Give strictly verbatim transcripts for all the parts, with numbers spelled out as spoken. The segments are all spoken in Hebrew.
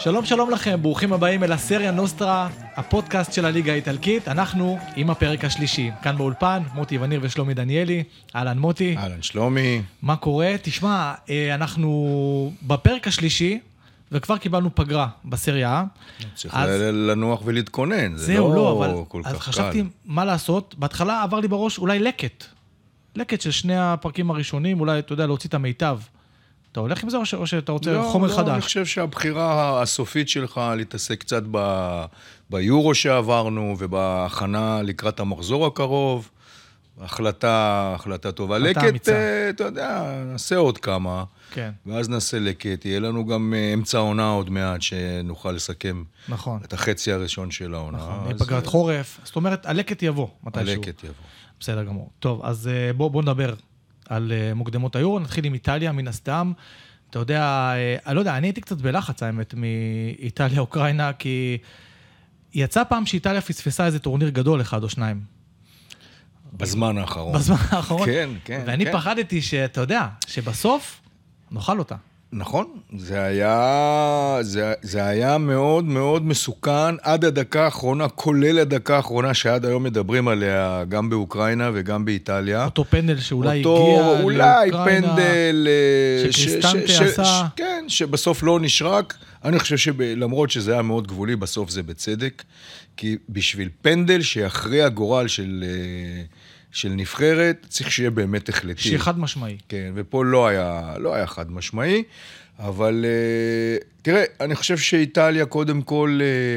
שלום שלום לכם, ברוכים הבאים אל הסריה נוסטרה, הפודקאסט של הליגה האיטלקית. אנחנו עם הפרק השלישי. כאן באולפן, מוטי וניר ושלומי דניאלי. אהלן מוטי. אהלן שלומי. מה קורה? תשמע, אנחנו בפרק השלישי, וכבר קיבלנו פגרה בסריה. צריך אז... לנוח ולהתכונן, זה זהו, לא, לא אבל... כל אז כך חשבתי קל. מה לעשות. בהתחלה עבר לי בראש אולי לקט. לקט של שני הפרקים הראשונים, אולי, אתה יודע, להוציא את המיטב. אתה הולך עם זה או, ש... או שאתה רוצה לא, חומר לא, חדש? אני חושב שהבחירה הסופית שלך להתעסק קצת ב... ביורו שעברנו ובהכנה לקראת המחזור הקרוב, החלטה, החלטה טובה. לקט, אמיצה. אתה יודע, נעשה עוד כמה, כן. ואז נעשה לקט. יהיה לנו גם אמצע העונה עוד מעט שנוכל לסכם נכון. את החצי הראשון של העונה. נכון, נהיה פגרת חורף. זאת אומרת, הלקט יבוא מתישהו. הלקט יבוא. בסדר גמור. טוב, אז בוא, בוא נדבר על מוקדמות היורו. נתחיל עם איטליה, מן הסתם. אתה יודע, אני לא יודע, אני הייתי קצת בלחץ, האמת, מאיטליה-אוקראינה, כי יצא פעם שאיטליה פספסה איזה טורניר גדול, אחד או שניים. בזמן האחרון. בזמן האחרון. כן, כן. ואני כן. פחדתי שאתה יודע, שבסוף נאכל אותה. נכון, זה היה, זה, זה היה מאוד מאוד מסוכן עד הדקה האחרונה, כולל הדקה האחרונה שעד היום מדברים עליה, גם באוקראינה וגם באיטליה. אותו פנדל שאולי אותו, הגיע אולי לאוקראינה. פנדל... שקריסטנטה ש, ש, עשה. ש, כן, שבסוף לא נשרק. אני חושב שלמרות שזה היה מאוד גבולי, בסוף זה בצדק. כי בשביל פנדל שיכריע גורל של... של נבחרת, צריך שיהיה באמת החלטי. שיהיה חד משמעי. כן, ופה לא היה, לא היה חד משמעי, אבל תראה, אני חושב שאיטליה קודם כל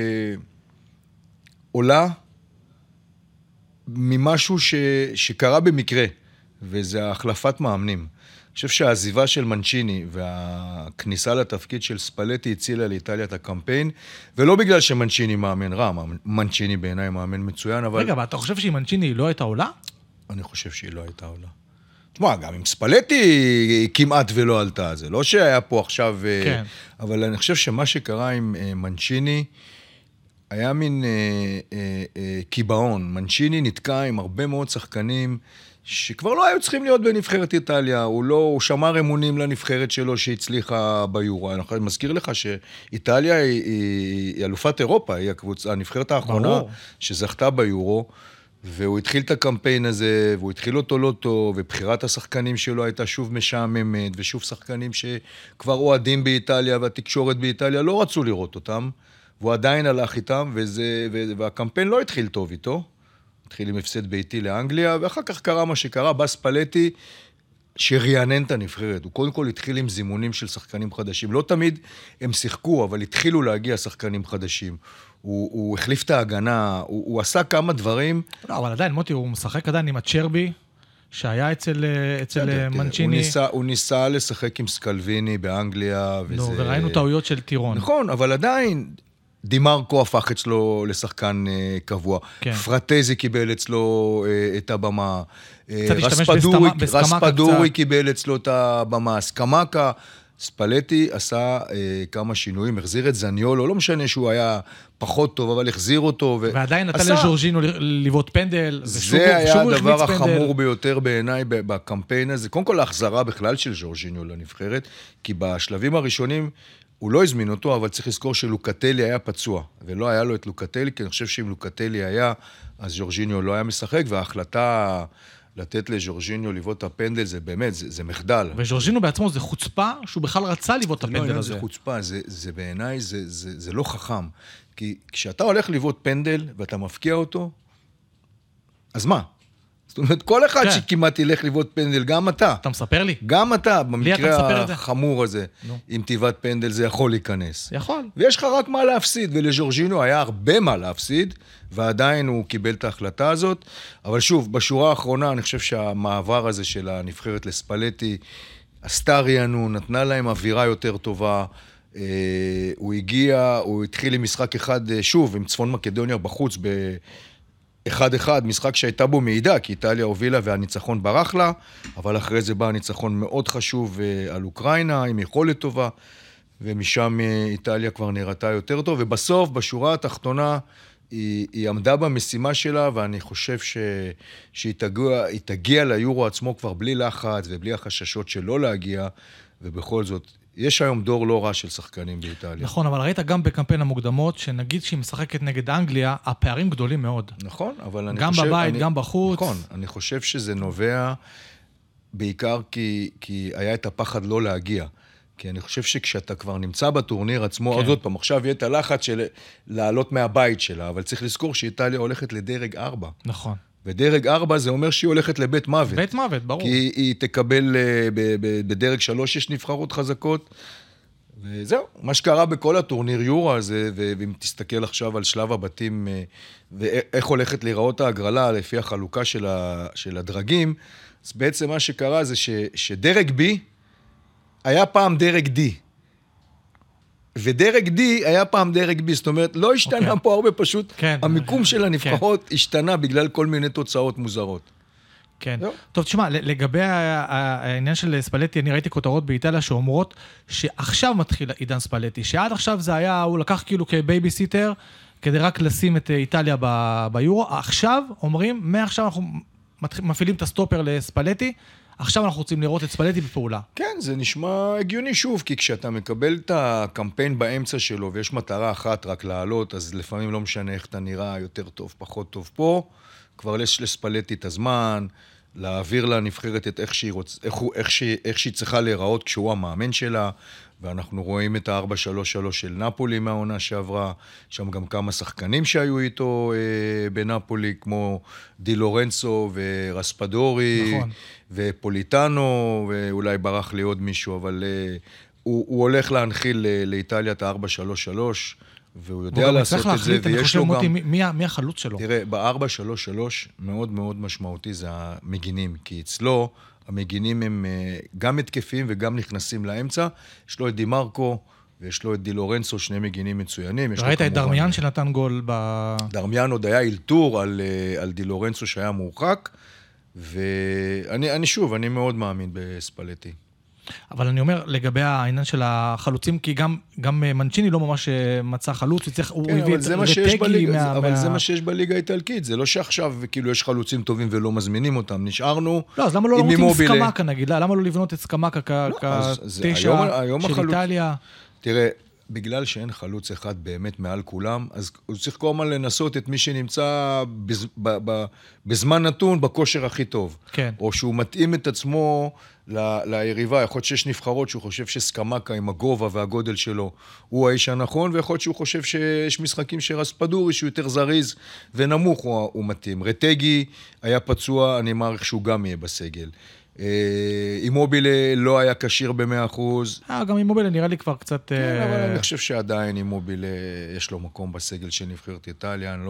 עולה ממשהו ש, שקרה במקרה, וזה החלפת מאמנים. אני חושב שהעזיבה של מנצ'יני והכניסה לתפקיד של ספלטי הצילה לאיטליה את הקמפיין, ולא בגלל שמנצ'יני מאמן רע, מנצ'יני בעיניי מאמן מצוין, אבל... רגע, אבל אתה חושב שהיא מנצ'יני לא הייתה עולה? אני חושב שהיא לא הייתה עולה. תשמע, גם עם ספלטי היא כמעט ולא עלתה, זה לא שהיה פה עכשיו... כן. אבל אני חושב שמה שקרה עם מנצ'יני, היה מין קיבעון. מנצ'יני נתקע עם הרבה מאוד שחקנים, שכבר לא היו צריכים להיות בנבחרת איטליה, הוא לא, הוא שמר אמונים לנבחרת שלו שהצליחה ביורו. אני מזכיר לך שאיטליה היא, היא, היא אלופת אירופה, היא הקבוצה, הנבחרת האחרונה ברור. שזכתה ביורו, והוא התחיל את הקמפיין הזה, והוא התחיל אותו לא טוב, ובחירת השחקנים שלו הייתה שוב משעממת, ושוב שחקנים שכבר אוהדים באיטליה, והתקשורת באיטליה לא רצו לראות אותם, והוא עדיין הלך איתם, וזה, והקמפיין לא התחיל טוב איתו, התחיל עם הפסד ביתי לאנגליה, ואחר כך קרה מה שקרה, בא ספלטי, שריענן את הנבחרת. הוא קודם כל התחיל עם זימונים של שחקנים חדשים. לא תמיד הם שיחקו, אבל התחילו להגיע שחקנים חדשים. הוא, הוא החליף את ההגנה, הוא, הוא עשה כמה דברים. לא, אבל עדיין, מוטי, הוא משחק עדיין עם הצ'רבי, שהיה אצל, אצל מנצ'יני. הוא ניסה, הוא ניסה לשחק עם סקלוויני באנגליה. נו, וזה... וראינו טעויות של טירון. נכון, אבל עדיין... דימרקו הפך אצלו לשחקן אה, קבוע. כן. פרטזי קיבל אצלו אה, את הבמה. רספדורי, רספדורי קיבל אצלו את הבמה. סקמקה, ספלטי עשה אה, כמה שינויים, החזיר את זניולו, לא משנה שהוא היה פחות טוב, אבל החזיר אותו. ו... ועדיין נתן לז'ורג'ינו לבעוט פנדל. זה היה הדבר החמור ביותר בעיניי בקמפיין הזה. קודם כל ההחזרה בכלל של ז'ורג'ינו לנבחרת, כי בשלבים הראשונים... הוא לא הזמין אותו, אבל צריך לזכור שלוקטלי היה פצוע, ולא היה לו את לוקטלי, כי אני חושב שאם לוקטלי היה, אז ז'ורג'יניו לא היה משחק, וההחלטה לתת לז'ורג'יניו לבעוט את הפנדל, זה באמת, זה, זה מחדל. וז'ורג'יניו בעצמו זה חוצפה, שהוא בכלל רצה לבעוט את הפנדל לא, הזה. זה חוצפה, זה, זה בעיניי, זה, זה, זה לא חכם. כי כשאתה הולך לבעוט פנדל, ואתה מפקיע אותו, אז מה? זאת אומרת, כל אחד שכמעט ילך לבעוט פנדל, גם אתה. אתה מספר לי? גם אתה, במקרה החמור הזה, עם טבעת פנדל, זה יכול להיכנס. יכול. ויש לך רק מה להפסיד, ולז'ורג'ינו היה הרבה מה להפסיד, ועדיין הוא קיבל את ההחלטה הזאת. אבל שוב, בשורה האחרונה, אני חושב שהמעבר הזה של הנבחרת לספלטי, עשתה רענון, נתנה להם אווירה יותר טובה, הוא הגיע, הוא התחיל עם משחק אחד, שוב, עם צפון מקדוניה בחוץ, ב... אחד אחד, משחק שהייתה בו מעידה, כי איטליה הובילה והניצחון ברח לה, אבל אחרי זה בא ניצחון מאוד חשוב על אוקראינה, עם יכולת טובה, ומשם איטליה כבר נראתה יותר טוב, ובסוף, בשורה התחתונה, היא, היא עמדה במשימה שלה, ואני חושב ש, שהיא תגיע, היא תגיע ליורו עצמו כבר בלי לחץ, ובלי החששות שלא להגיע, ובכל זאת, יש היום דור לא רע של שחקנים באיטליה. נכון, אבל ראית גם בקמפיין המוקדמות, שנגיד שהיא משחקת נגד אנגליה, הפערים גדולים מאוד. נכון, אבל אני גם חושב... גם בבית, אני, גם בחוץ. נכון, אני חושב שזה נובע בעיקר כי, כי היה את הפחד לא להגיע. כי אני חושב שכשאתה כבר נמצא בטורניר עצמו, כן. עוד עוד פעם, עכשיו יהיה את הלחץ של לעלות מהבית שלה, אבל צריך לזכור שאיטליה הולכת לדרג ארבע. נכון. ודרג ארבע זה אומר שהיא הולכת לבית מוות. בית מוות, ברור. כי היא תקבל, בדרג שלוש יש נבחרות חזקות, וזהו, מה שקרה בכל הטורניר יורו הזה, ואם תסתכל עכשיו על שלב הבתים, ואיך הולכת להיראות ההגרלה לפי החלוקה של, ה, של הדרגים, אז בעצם מה שקרה זה ש, שדרג בי היה פעם דרג D. ודרג D היה פעם דרג B, זאת אומרת, לא השתנה okay. פה הרבה פשוט, כן, המיקום של הנבחרות כן. השתנה בגלל כל מיני תוצאות מוזרות. כן. לא? טוב, תשמע, לגבי העניין של ספלטי, אני ראיתי כותרות באיטליה שאומרות שעכשיו מתחיל עידן ספלטי, שעד עכשיו זה היה, הוא לקח כאילו כבייביסיטר, כדי רק לשים את איטליה ב- ביורו, עכשיו אומרים, מעכשיו אנחנו מפעילים את הסטופר לספלטי, עכשיו אנחנו רוצים לראות את ספלטי בפעולה. כן, זה נשמע הגיוני שוב, כי כשאתה מקבל את הקמפיין באמצע שלו, ויש מטרה אחת רק לעלות, אז לפעמים לא משנה איך אתה נראה, יותר טוב, פחות טוב פה, כבר יש לספלטי את הזמן, להעביר לנבחרת את איך שהיא, רוצ... איך, הוא... איך, שהיא... איך שהיא צריכה להיראות כשהוא המאמן שלה, ואנחנו רואים את ה-ארבע שלוש שלוש של נפולי מהעונה שעברה, שם גם כמה שחקנים שהיו איתו אה, בנפולי, כמו די לורנצו ורספדורי, נכון. ופוליטנו, ואולי ברח לי עוד מישהו, אבל אה, הוא, הוא הולך להנחיל לאיטליה את ה-ארבע שלוש שלוש, והוא יודע לעשות את זה, ויש לו גם... מי, מי החלוץ שלו? תראה, ב-ארבע שלוש שלוש מאוד מאוד משמעותי זה המגינים, כי אצלו המגינים הם גם התקפים וגם נכנסים לאמצע. יש לו את דימרקו ויש לו את די לורנצו, שני מגינים מצוינים. ראית את דרמיאן שנתן גול ב... דרמיאן עוד היה אילתור על, על די לורנצו שהיה מורחק, ואני אני שוב, אני מאוד מאמין בספלטי. אבל אני אומר, לגבי העניין של החלוצים, כי גם, גם מנצ'יני לא ממש מצא חלוץ, הוא צריך, הוא הביא את רטגי מה... אבל זה מה שיש בליגה האיטלקית, זה לא שעכשיו כאילו יש חלוצים טובים ולא מזמינים אותם, נשארנו... לא, אז למה לא רוצים סקמקה נגיד? למה לא לבנות את סקמקה כתשע של איטליה? תראה, בגלל שאין חלוץ אחד באמת מעל כולם, אז הוא צריך כל הזמן לנסות את מי שנמצא בז, ב, ב, בזמן נתון בכושר הכי טוב. כן. או שהוא מתאים את עצמו ל, ליריבה. יכול להיות שיש נבחרות שהוא חושב שסקמקה עם הגובה והגודל שלו הוא האיש הנכון, ויכול להיות שהוא חושב שיש משחקים שרספדורי שהוא יותר זריז ונמוך הוא, הוא מתאים. רטגי היה פצוע, אני מעריך שהוא גם יהיה בסגל. אימובילה לא היה קשיר ב-מאה אחוז. גם אימובילה נראה לי כבר קצת... כן, אבל אני חושב שעדיין אימובילה יש לו מקום בסגל של נבחרת איטליה, אני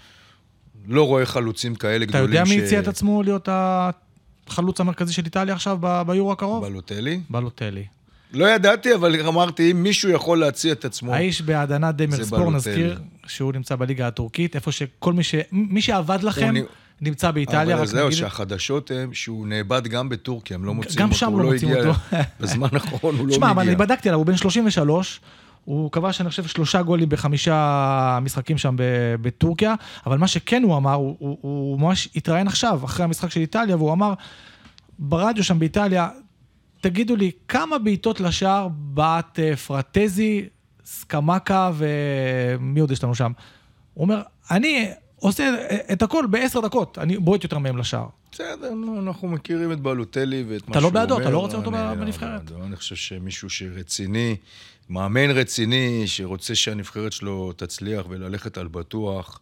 לא רואה חלוצים כאלה גדולים ש... אתה יודע מי הציע את עצמו להיות החלוץ המרכזי של איטליה עכשיו ביורו הקרוב? בלוטלי? בלוטלי. לא ידעתי, אבל אמרתי, אם מישהו יכול להציע את עצמו... האיש בעדנה דמרספור, נזכיר שהוא נמצא בליגה הטורקית, איפה שכל מי ש... מי שעבד לכם... נמצא באיטליה, אבל זהו, שהחדשות הם שהוא נאבד גם בטורקיה, הם לא מוצאים אותו, הוא לא הגיע בזמן האחרון, הוא לא מגיע. שמע, אבל אני בדקתי עליו, הוא בן שלושים ושלוש, הוא קבע שאני חושב שלושה גולים בחמישה משחקים שם בטורקיה, אבל מה שכן הוא אמר, הוא ממש התראיין עכשיו, אחרי המשחק של איטליה, והוא אמר, ברדיו שם באיטליה, תגידו לי, כמה בעיטות לשער באת פרטזי, סקמקה ומי עוד יש לנו שם? הוא אומר, אני... עושה את הכל בעשר דקות, אני בועט יותר מהם לשער. בסדר, אנחנו מכירים את בלוטלי ואת מה שהוא אומר. אתה לא בעדו, אתה לא רוצה אותו בנבחרת? אני חושב שמישהו שרציני, מאמן רציני, שרוצה שהנבחרת שלו תצליח וללכת על בטוח,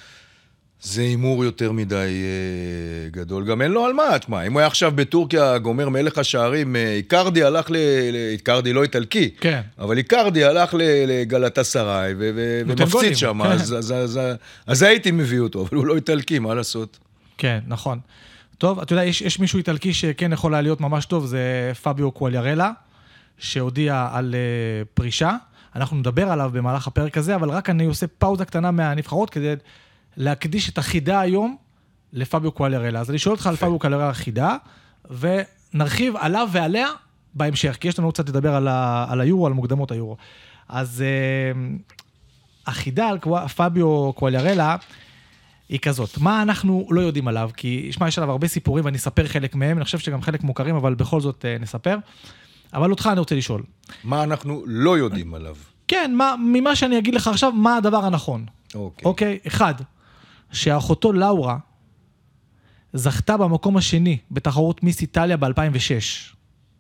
זה אימור יותר מדי גדול. גם אין לו על מה, תשמע, אם הוא היה עכשיו בטורקיה גומר מלך השערים, איקרדי הלך ל... איקרדי לא איטלקי, כן. אבל איקרדי הלך לגלאטסראי ומפציץ שם, אז הייתי מביא אותו, אבל הוא לא איטלקי, מה לעשות? כן, נכון. טוב, אתה יודע, יש מישהו איטלקי שכן יכול היה להיות ממש טוב, זה פאביו קואליארלה, שהודיע על פרישה. אנחנו נדבר עליו במהלך הפרק הזה, אבל רק אני עושה פאוזה קטנה מהנבחרות כדי... להקדיש את החידה היום לפאביו קואליארלה. אז אני שואל אותך על פאביו קואליארלה חידה, ונרחיב עליו ועליה בהמשך, כי יש לנו קצת לדבר על, ה, על היורו, על מוקדמות היורו. אז uh, החידה על פאביו קואליארלה היא כזאת. מה אנחנו לא יודעים עליו? כי ישמע, יש עליו הרבה סיפורים, ואני אספר חלק מהם, אני חושב שגם חלק מוכרים, אבל בכל זאת נספר. אבל אותך אני רוצה לשאול. מה אנחנו לא יודעים עליו? כן, מה, ממה שאני אגיד לך עכשיו, מה הדבר הנכון? אוקיי. אוקיי, אחד, שאחותו לאורה זכתה במקום השני בתחרות מיס איטליה ב-אלפיים ושש.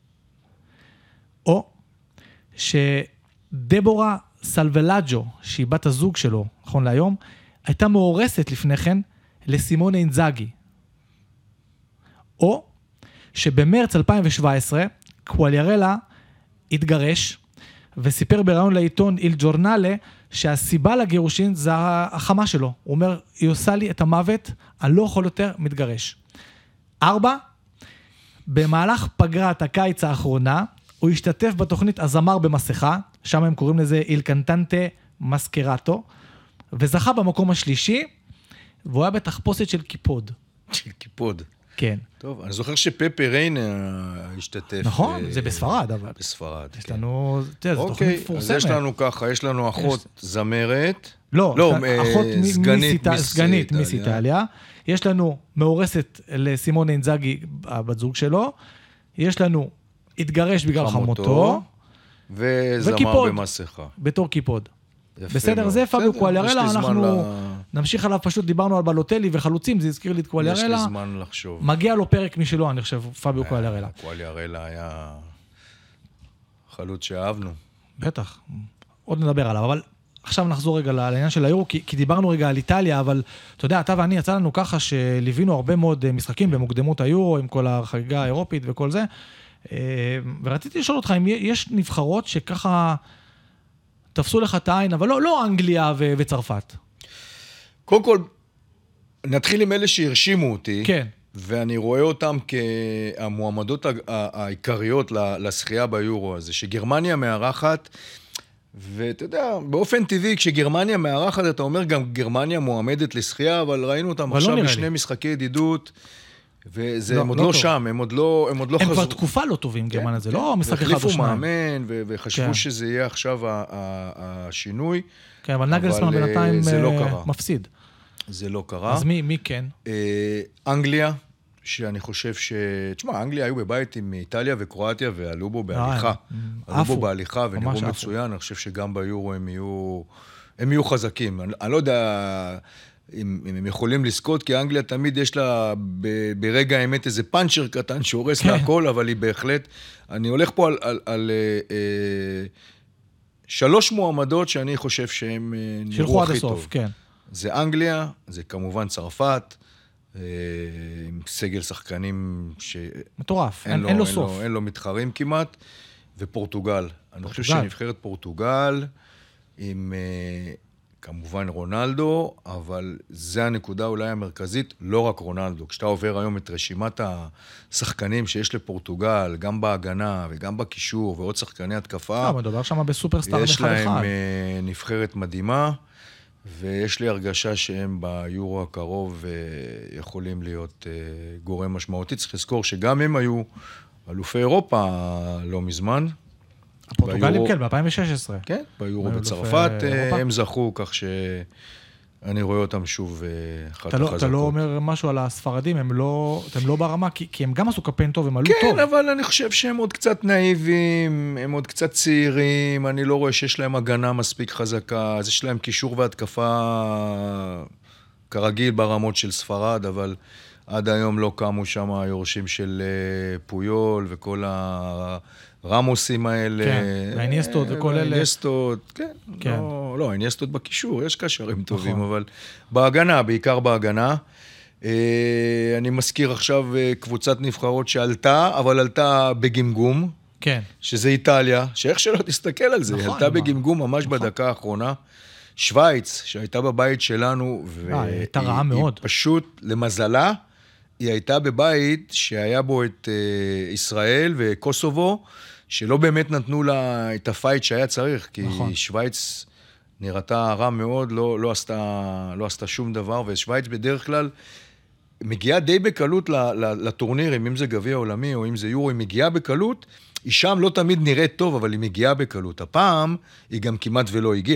או שדבורה סלבלג'ו, שהיא בת הזוג שלו, נכון להיום, הייתה מאורסת לפני כן לסימונה אינזאגי. או שבמרץ אלפיים שבע עשרה קואליארלה התגרש וסיפר ברעיון לעיתון איל ג'ורנלה שהסיבה לגירושין זה החמה שלו. הוא אומר, היא עושה לי את המוות, אני לא יכול יותר, מתגרש. ארבע, במהלך פגרת הקיץ האחרונה, הוא השתתף בתוכנית הזמר במסכה, שם הם קוראים לזה איל קנטנטה מסקרטו, וזכה במקום השלישי, והוא היה בתחפושת של קיפוד. של קיפוד. כן. טוב, אני זוכר שפפי ריינה השתתף. נכון, זה בספרד, אבל. בספרד, יש כן. לנו, תראה, זו תוכנית מפורסמת. אוקיי, אז יש לנו ככה, יש לנו אחות זמרת. לא, אחות סגנית סגנית מיס איטליה. יש לנו מאורסת לסימונה אינזאגי, הבת זוג שלו. יש לנו התגרש בגלל חמותו. וזמר במסכה. בתור קיפוד. בסדר, זה פאביו קואליארלה, אנחנו נמשיך עליו, פשוט דיברנו על בלוטלי וחלוצים, זה הזכיר לי את קואליארלה. יש לי זמן לחשוב. מגיע לו פרק משלו, אני חושב, פאביו קואליארלה. קואליארלה היה חלוץ שאהבנו. בטח, עוד נדבר עליו, אבל עכשיו נחזור רגע לעניין של היורו, כי, כי דיברנו רגע על איטליה, אבל אתה יודע, אתה ואני יצא לנו ככה שליווינו הרבה מאוד משחקים במוקדמות היורו, עם כל החגיגה האירופית וכל זה, ורציתי לשאול אותך, אם יש נבחרות שככה תפסו לך את העין, אבל לא, לא אנגליה ו- וצרפת. קודם כל, נתחיל עם אלה שהרשימו אותי, כן. ואני רואה אותם כהמועמדות העיקריות לשחייה ביורו הזה, שגרמניה מארחת, ואתה יודע, באופן טבעי, כשגרמניה מארחת, אתה אומר גם גרמניה מועמדת לשחייה, אבל ראינו אותם עכשיו לא בשני משחקי ידידות, וזה לא, הם עוד לא, לא שם, הם עוד לא, הם עוד לא הם חזרו. הם כבר תקופה לא טובים, כן, גרמניה, זה כן. לא משחק אחד או החליפו שניים. מאמן, ו- וחשבו כן. שזה יהיה עכשיו השינוי. כן, אבל נגלסמן בינתיים לא מפסיד. זה לא קרה. אז מי, מי כן? אנגליה, שאני חושב ש... תשמע, אנגליה היו בבית עם איטליה וקרואטיה, ועלו בו בהליכה. עלו בו בהליכה, ונראו מצוין. אני חושב שגם ביורו הם יהיו, הם יהיו חזקים. אני, אני לא יודע אם, אם הם יכולים לזכות, כי אנגליה תמיד יש לה ב, ברגע האמת איזה פאנצ'ר קטן שהורס כן. לה הכל, אבל היא בהחלט... אני הולך פה על... על, על אה, אה, שלוש מועמדות שאני חושב שהם נראו הכי הסוף, טוב. כן. זה אנגליה, זה כמובן צרפת, עם סגל שחקנים ש... מטורף, אין, אין, לו, אין לו אין סוף. לו, אין לו מתחרים כמעט, ופורטוגל. פורטוגל. אני חושב שנבחרת פורטוגל, עם כמובן רונלדו, אבל זה הנקודה אולי המרכזית, לא רק רונלדו. כשאתה עובר היום את רשימת השחקנים שיש לפורטוגל, גם בהגנה וגם בקישור, ועוד שחקני התקפה, לא, מדובר שם בסופרסטאר יש אחד להם אחד. נבחרת מדהימה, ויש לי הרגשה שהם ביורו הקרוב יכולים להיות גורם משמעותי. צריך לזכור שגם הם היו אלופי אירופה לא מזמן. הפורטוגלים כן, ב-אלפיים ושש עשרה. כן, ביורו בצרפת הם זכו, כך שאני רואה אותם שוב אחת החזקות. אתה לא אומר משהו על הספרדים, הם לא ברמה, כי הם גם עשו קמפיין טוב, הם עלו טוב. כן, אבל אני חושב שהם עוד קצת נאיבים, הם עוד קצת צעירים, אני לא רואה שיש להם הגנה מספיק חזקה, אז יש להם קישור והתקפה כרגיל ברמות של ספרד, אבל עד היום לא קמו שם היורשים של פויול וכל הרמוסים האלה. כן, האיניאסטות וכל אלה. האיניאסטות, כן. כן. לא, לא, האיניאסטות בקישור, יש קשרים טובים, נכון. אבל בהגנה, בעיקר בהגנה. אני מזכיר עכשיו קבוצת נבחרות שעלתה, אבל עלתה בגמגום. כן. שזה איטליה, שאיך שלא תסתכל על זה, נכון, עלתה בגמגום ממש נכון. בדקה האחרונה. שוויץ, שהייתה בבית שלנו, הייתה רעה מאוד. פשוט, למזלה, היא הייתה בבית שהיה בו את ישראל וקוסובו, שלא באמת נתנו לה את הפייט שהיה צריך, כי נכון. שוויץ נראתה רע מאוד, לא, לא, עשתה, לא עשתה שום דבר, ושוויץ בדרך כלל מגיעה די בקלות לטורנירים, אם זה גביע עולמי או אם זה יורו, היא מגיעה בקלות, היא שם לא תמיד נראית טוב, אבל היא מגיעה בקלות. הפעם היא גם כמעט ולא הגיעה.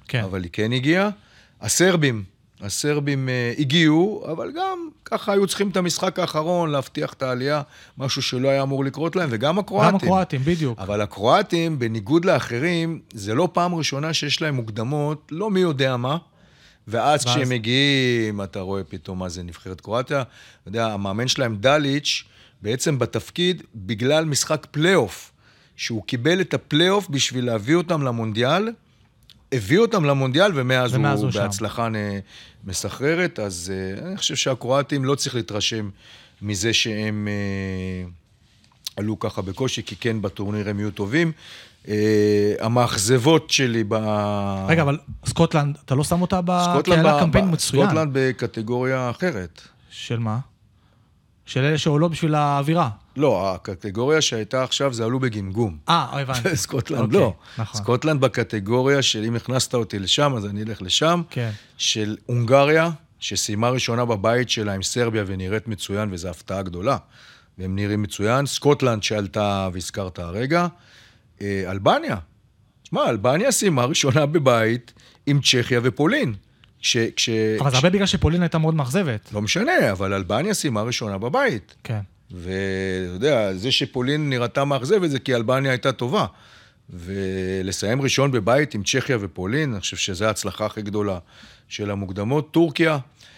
כן. אבל היא כן הגיעה. הסרבים, הסרבים uh, הגיעו, אבל גם ככה היו צריכים את המשחק האחרון, להבטיח את העלייה, משהו שלא היה אמור לקרות להם, וגם הקרואטים. גם הקרואטים, בדיוק. אבל הקרואטים, בניגוד לאחרים, זה לא פעם ראשונה שיש להם מוקדמות, לא מי יודע מה, ואז, ואז... כשהם מגיעים, אתה רואה פתאום מה זה נבחרת קרואטיה, אתה יודע, המאמן שלהם דליץ', בעצם בתפקיד, בגלל משחק פלייאוף, שהוא קיבל את הפלייאוף בשביל להביא אותם למונדיאל, הביא אותם למונדיאל, ומאז, ומאז הוא, הוא בהצלחה מסחררת, אז uh, אני חושב שהקרואטים לא צריך להתרשם מזה שהם uh, עלו ככה בקושי, כי כן בטורניר הם יהיו טובים. Uh, המאכזבות שלי ב... רגע, אבל סקוטלנד, אתה לא שם אותה בקהלה קמפיין מצוין? סקוטלנד בקטגוריה אחרת. של מה? של אלה שעולות בשביל האווירה. לא, הקטגוריה שהייתה עכשיו זה עלו בגמגום. אה, הבנתי. סקוטלנד לא. סקוטלנד בקטגוריה של אם הכנסת אותי לשם, אז אני אלך לשם. של הונגריה, שסיימה ראשונה בבית שלה עם סרביה ונראית מצוין, וזו הפתעה גדולה. והם נראים מצוין. סקוטלנד שעלתה והזכרת הרגע. אלבניה. תשמע, אלבניה סיימה ראשונה בבית עם צ'כיה ופולין. כש, כש, אבל זה הרבה בגלל שפולין הייתה מאוד מאכזבת. לא משנה, אבל אלבניה סיימה ראשונה בבית. כן. ואתה יודע, זה שפולין נראתה מאכזבת זה כי אלבניה הייתה טובה. ולסיים ראשון בבית עם צ'כיה ופולין, אני חושב שזו ההצלחה הכי גדולה של המוקדמות. טורקיה,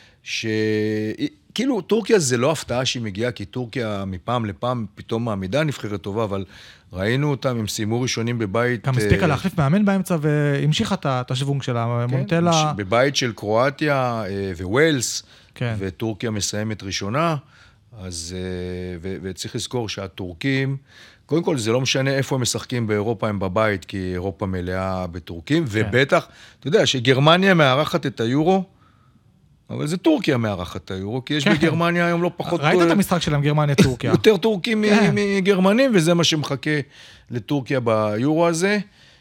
שכאילו טורקיה זה לא הפתעה שהיא מגיעה, כי טורקיה מפעם לפעם פתאום מעמידה נבחרת טובה, אבל ראינו אותם, הם סיימו ראשונים בבית... גם הספיקה להחליף מאמן באמצע, והמשיכה את השוונג שלה, מונטלה... בבית של קרואטיה וווילס, וטורקיה מסיימת ראשונה, אז... וצריך לזכור שהטורקים, קודם כל זה לא משנה איפה הם משחקים באירופה, הם בבית, כי אירופה מלאה בטורקים, ובטח, אתה יודע, שגרמניה מארחת את היורו, אבל זה טורקיה מארחת את היורו, כי יש בגרמניה היום לא פחות... ראית את המשחק שלהם, גרמניה-טורקיה? יותר טורקים מגרמנים, וזה מה שמחכה לטורקיה ביורו הזה.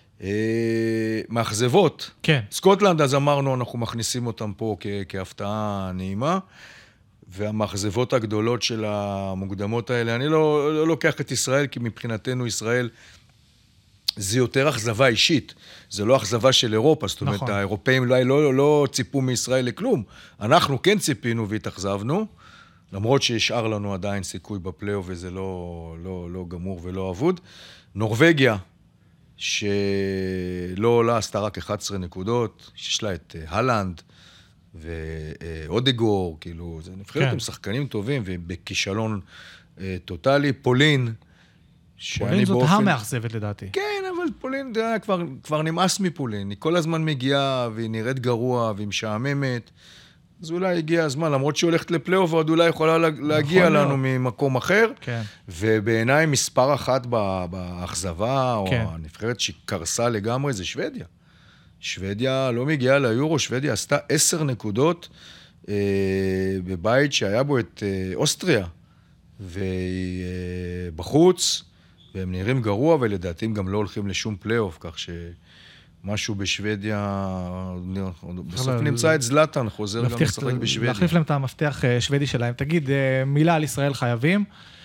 מאכזבות. כן. סקוטלנד, אז אמרנו, אנחנו מכניסים אותם פה כהפתעה נעימה, והמאכזבות הגדולות של המוקדמות האלה, אני לא, לא לוקח את ישראל, כי מבחינתנו ישראל... זה יותר אכזבה אישית, זה לא אכזבה של אירופה, זאת אומרת, נכון. האירופאים אולי לא, לא, לא ציפו מישראל לכלום, אנחנו כן ציפינו והתאכזבנו, למרות שישאר לנו עדיין סיכוי בפלייאוף, וזה לא, לא, לא גמור ולא אבוד. נורווגיה, שלא עולה, עשתה רק אחת עשרה נקודות, שיש לה את הלנד ואודגור, כאילו, זה נבחרת כן. עם שחקנים טובים, ובכישלון טוטלי, פולין, פולין זאת באופן... המאכזבת לדעתי. כן, אבל פולין, זה כבר, כבר נמאס מפולין. היא כל הזמן מגיעה, והיא נראית גרוע, והיא משעממת. אז אולי הגיע הזמן, למרות שהיא הולכת לפלייאוף, ועוד אולי יכולה להגיע לנו להיות. ממקום אחר. כן. ובעיניי מספר אחת באכזבה, כן. או הנבחרת שקרסה לגמרי, זה שוודיה. שוודיה לא מגיעה ליורו, שוודיה עשתה עשר נקודות אה, בבית שהיה בו את אה, אוסטריה. והיא אה, בחוץ, והם נראים גרוע, ולדעתי הם גם לא הולכים לשום פלייאוף, כך שמשהו בשוודיה, בסוף נמצא את זלטן, חוזר גם לשחק בשוודיה. להחליף להם את המפתח שוודי שלהם. תגיד, מילה על ישראל חייבים.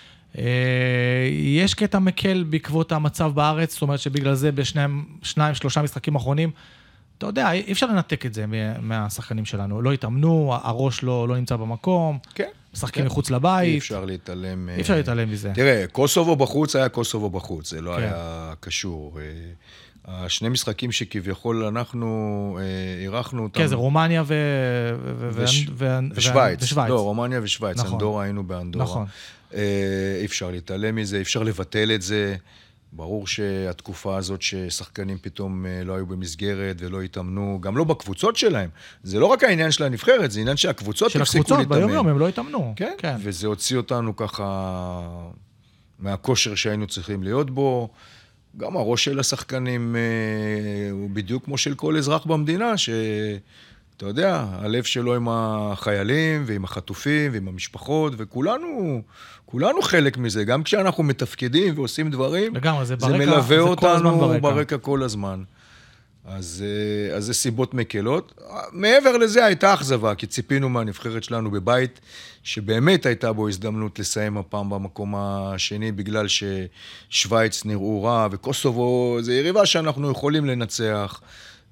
יש קטע מקל בעקבות המצב בארץ, זאת אומרת שבגלל זה בשניים, שניים, שלושה משחקים אחרונים, אתה יודע, אי אפשר לנתק את זה מהשחקנים שלנו. לא התאמנו, הראש לא, לא נמצא במקום. כן. משחקים כן. מחוץ לבית. אי אפשר להתעלם. אי אפשר להתעלם מזה. תראה, קוסובו בחוץ היה קוסובו בחוץ, זה לא כן. היה קשור. השני משחקים שכביכול אנחנו אירחנו אותם. כן, זה רומניה ו... וש... ו... ושוויץ. ושוויץ. לא, רומניה ושוויץ. נכון. אנדורה היינו באנדורה. נכון. אי אפשר להתעלם מזה, אי אפשר לבטל את זה. ברור שהתקופה הזאת ששחקנים פתאום לא היו במסגרת ולא התאמנו, גם לא בקבוצות שלהם. זה לא רק העניין של הנבחרת, זה עניין שהקבוצות של הקבוצות, ביום יום הם לא התאמנו. כן, כן. וזה הוציא אותנו ככה מהכושר שהיינו צריכים להיות בו. גם הראש של השחקנים הוא בדיוק כמו של כל אזרח במדינה, שאתה יודע, הלב שלו עם החיילים ועם החטופים ועם המשפחות, וכולנו... כולנו חלק מזה, גם כשאנחנו מתפקדים ועושים דברים, לגמרי, זה, זה ברקע, מלווה זה אותנו ברקע. ברקע כל הזמן. אז, אז זה סיבות מקלות. מעבר לזה הייתה אכזבה, כי ציפינו מהנבחרת שלנו בבית, שבאמת הייתה בו הזדמנות לסיים הפעם במקום השני, בגלל ששוויץ נראו רע, וקוסובו זה יריבה שאנחנו יכולים לנצח,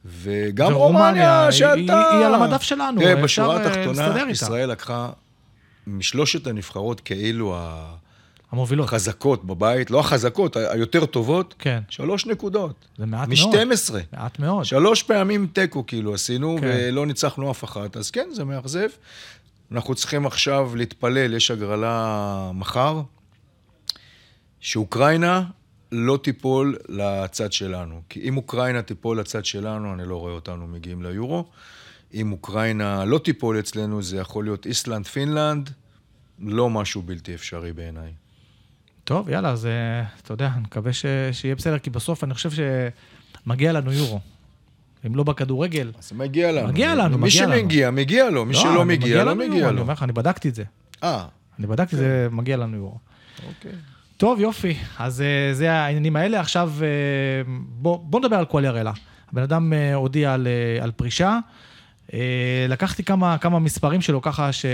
וגם רומניה, שאתה... היא, היא על המדף שלנו. תראה, בשורה התחתונה, ישראל לקחה משלושת הנבחרות כאילו המובילות. החזקות בבית, לא החזקות, היותר טובות, כן. שלוש נקודות. זה מעט מ-שתים עשרה. מאוד. מעט מאוד. שלוש פעמים טקו כאילו עשינו, כן. ולא ניצחנו אף אחת. אז כן, זה מאכזב. אנחנו צריכים עכשיו להתפלל, יש הגרלה מחר, שאוקראינה לא תיפול לצד שלנו. כי אם אוקראינה תיפול לצד שלנו, אני לא רואה אותנו מגיעים ליורו. אם אוקראינה לא תיפול אצלנו, זה יכול להיות איסלנד, פינלנד, לא משהו בלתי אפשרי בעיניי. טוב, יאללה, אז אתה יודע, אני מקווה ש... שיהיה בסדר, כי בסוף אני חושב שמגיע לנו יורו. אם לא בכדורגל. אז מגיע לנו. מגיע לנו, מי מגיע לנו. שמגיע, מגיע לו. מי שלא מגיע, לא מגיע לו. אני אומר לך, אני בדקתי את זה. אה. אני בדקתי, זה מגיע לנו יורו. אוקיי. טוב, יופי. אז זה העניינים האלה. עכשיו, בוא, בוא נדבר על קואליארלה. הבן אדם הודיע על, על פרישה. לקחתי כמה, כמה מספרים שלו ככה ש...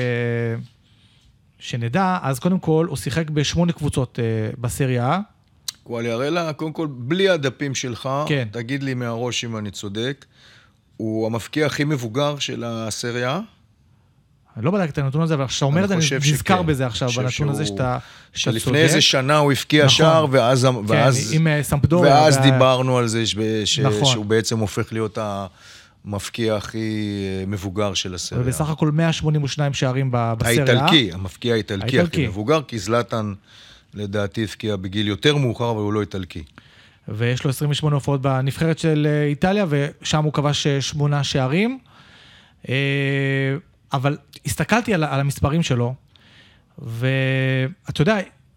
שנדע. אז קודם כל, הוא שיחק בשמונה קבוצות בסריה. קואליארלה, קודם כל, בלי הדפים שלך, כן. תגיד לי מהראש אם אני צודק, הוא המפקיע הכי מבוגר של הסריה. אני לא בדקתי את הנתון הזה, אבל כשאתה אומר את זה, אני נזכר בזה עכשיו, בנתון הזה שאתה צודק. שלפני איזה שנה הוא הפקיע שער, ואז עם סמפדוריה. ואז דיברנו על זה שהוא בעצם הופך להיות המפקיע הכי מבוגר של הסריה. ובסך הכל מאה שמונים ושניים שערים בסריה. האיטלקי, המפקיע האיטלקי הכי מבוגר, כי זלאטן לדעתי הפקיע בגיל יותר מאוחר, אבל הוא לא איטלקי. ויש לו עשרים ושמונה הופעות בנבחרת של איטליה, ושם הוא כבש שמונה שערים. אבל הסתכלתי על, על המספרים שלו, ואתה יודע,